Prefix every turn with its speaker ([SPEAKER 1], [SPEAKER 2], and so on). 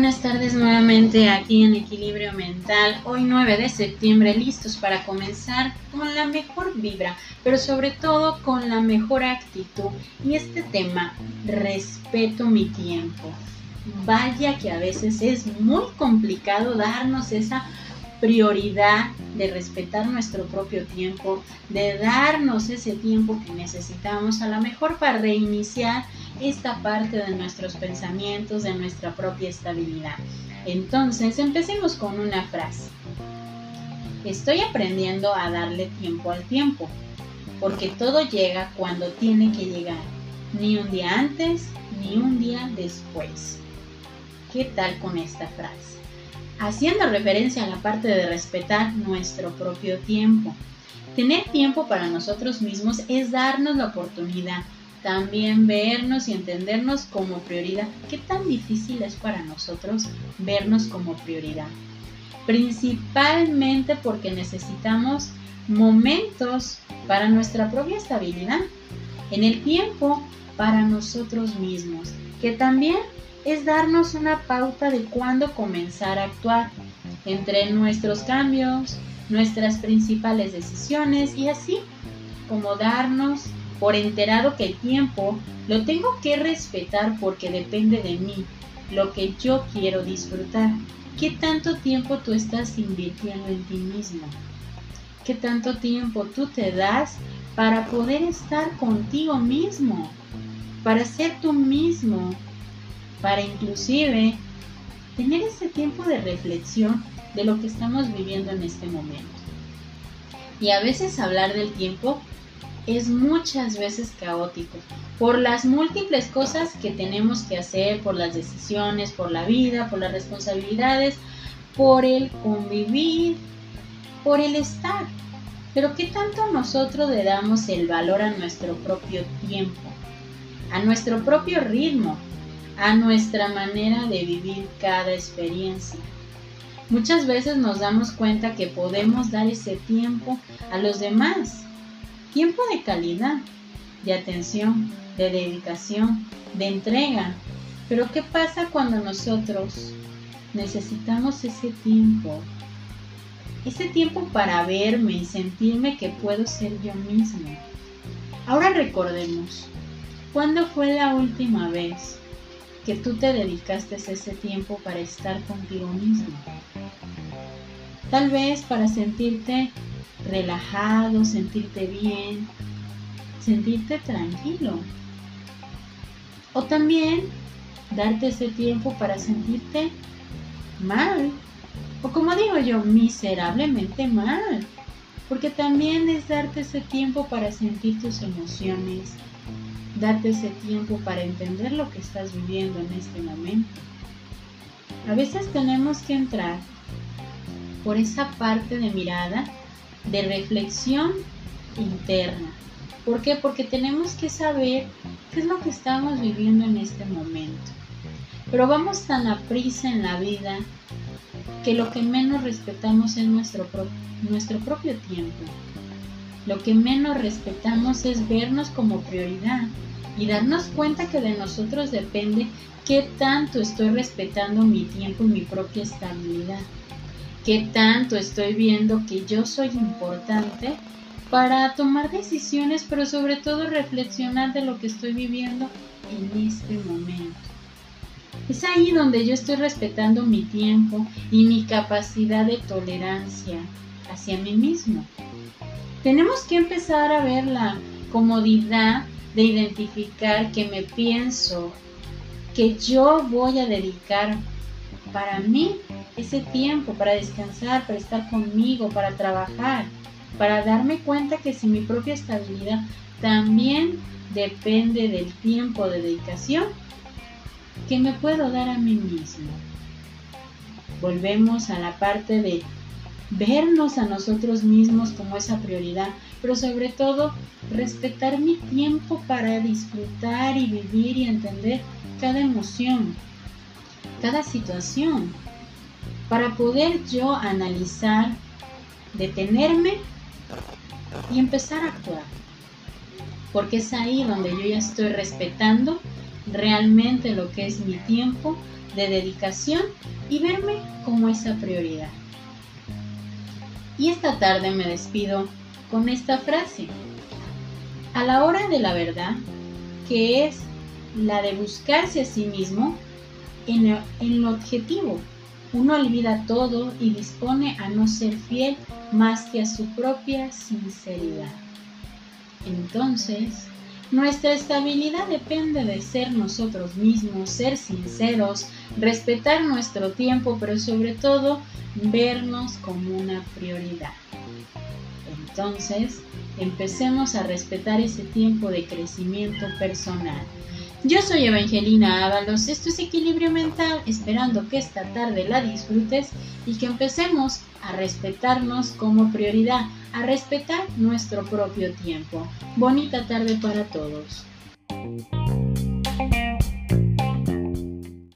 [SPEAKER 1] buenas tardes nuevamente aquí en Equilibrio Mental, hoy 9 de septiembre, listos para comenzar con la mejor vibra, pero sobre todo con la mejor actitud. Y este tema, respeto mi tiempo. Vaya que a veces es muy complicado darnos esa prioridad de respetar nuestro propio tiempo, de darnos ese tiempo que necesitamos a lo mejor para reiniciar esta parte de nuestros pensamientos, de nuestra propia estabilidad. Entonces, empecemos con una frase. Estoy aprendiendo a darle tiempo al tiempo, porque todo llega cuando tiene que llegar, ni un día antes, ni un día después. ¿Qué tal con esta frase? Haciendo referencia a la parte de respetar nuestro propio tiempo. Tener tiempo para nosotros mismos es darnos la oportunidad, también vernos y entendernos como prioridad. ¿Qué tan difícil es para nosotros vernos como prioridad? Principalmente porque necesitamos momentos para nuestra propia estabilidad, en el tiempo para nosotros mismos, que también es darnos una pauta de cuándo comenzar a actuar entre nuestros cambios, nuestras principales decisiones y así como darnos por enterado que el tiempo lo tengo que respetar porque depende de mí, lo que yo quiero disfrutar. ¿Qué tanto tiempo tú estás invirtiendo en ti mismo? ¿Qué tanto tiempo tú te das para poder estar contigo mismo? Para ser tú mismo, para inclusive tener ese tiempo de reflexión de lo que estamos viviendo en este momento. Y a veces hablar del tiempo es muchas veces caótico, por las múltiples cosas que tenemos que hacer, por las decisiones, por la vida, por las responsabilidades, por el convivir, por el estar. Pero ¿qué tanto nosotros le damos el valor a nuestro propio tiempo, a nuestro propio ritmo, a nuestra manera de vivir cada experiencia? Muchas veces nos damos cuenta que podemos dar ese tiempo a los demás, tiempo de calidad, de atención, de dedicación, de entrega. Pero ¿qué pasa cuando nosotros necesitamos ese tiempo? Ese tiempo para verme y sentirme que puedo ser yo mismo. Ahora recordemos, ¿cuándo fue la última vez que tú te dedicaste ese tiempo para estar contigo mismo? Tal vez para sentirte relajado, sentirte bien, sentirte tranquilo. O también darte ese tiempo para sentirte mal. O como digo yo, miserablemente mal. Porque también es darte ese tiempo para sentir tus emociones, darte ese tiempo para entender lo que estás viviendo en este momento. A veces tenemos que entrar por esa parte de mirada, de reflexión interna. ¿Por qué? Porque tenemos que saber qué es lo que estamos viviendo en este momento. Pero vamos tan aprisa en la vida que lo que menos respetamos es nuestro propio tiempo. Lo que menos respetamos es vernos como prioridad y darnos cuenta que de nosotros depende qué tanto estoy respetando mi tiempo y mi propia estabilidad. Qué tanto estoy viendo que yo soy importante para tomar decisiones, pero sobre todo reflexionar de lo que estoy viviendo en este momento. Es ahí donde yo estoy respetando mi tiempo y mi capacidad de tolerancia hacia mí mismo. Tenemos que empezar a ver la comodidad de identificar que me pienso, que yo voy a dedicar para mí ese tiempo, para descansar, para estar conmigo, para trabajar, para darme cuenta que si mi propia estabilidad también depende del tiempo de dedicación que me puedo dar a mí mismo. Volvemos a la parte de vernos a nosotros mismos como esa prioridad, pero sobre todo respetar mi tiempo para disfrutar y vivir y entender cada emoción, cada situación, para poder yo analizar, detenerme y empezar a actuar. Porque es ahí donde yo ya estoy respetando realmente lo que es mi tiempo, de dedicación y verme como esa prioridad. Y esta tarde me despido con esta frase: a la hora de la verdad, que es la de buscarse a sí mismo, en lo objetivo, uno olvida todo y dispone a no ser fiel más que a su propia sinceridad. Entonces, nuestra estabilidad depende de ser nosotros mismos, ser sinceros, respetar nuestro tiempo, pero sobre todo vernos como una prioridad. Entonces, empecemos a respetar ese tiempo de crecimiento personal. Yo soy Evangelina Ábalos, esto es Equilibrio Mental, esperando que esta tarde la disfrutes y que empecemos a respetarnos como prioridad, a respetar nuestro propio tiempo. Bonita tarde para todos.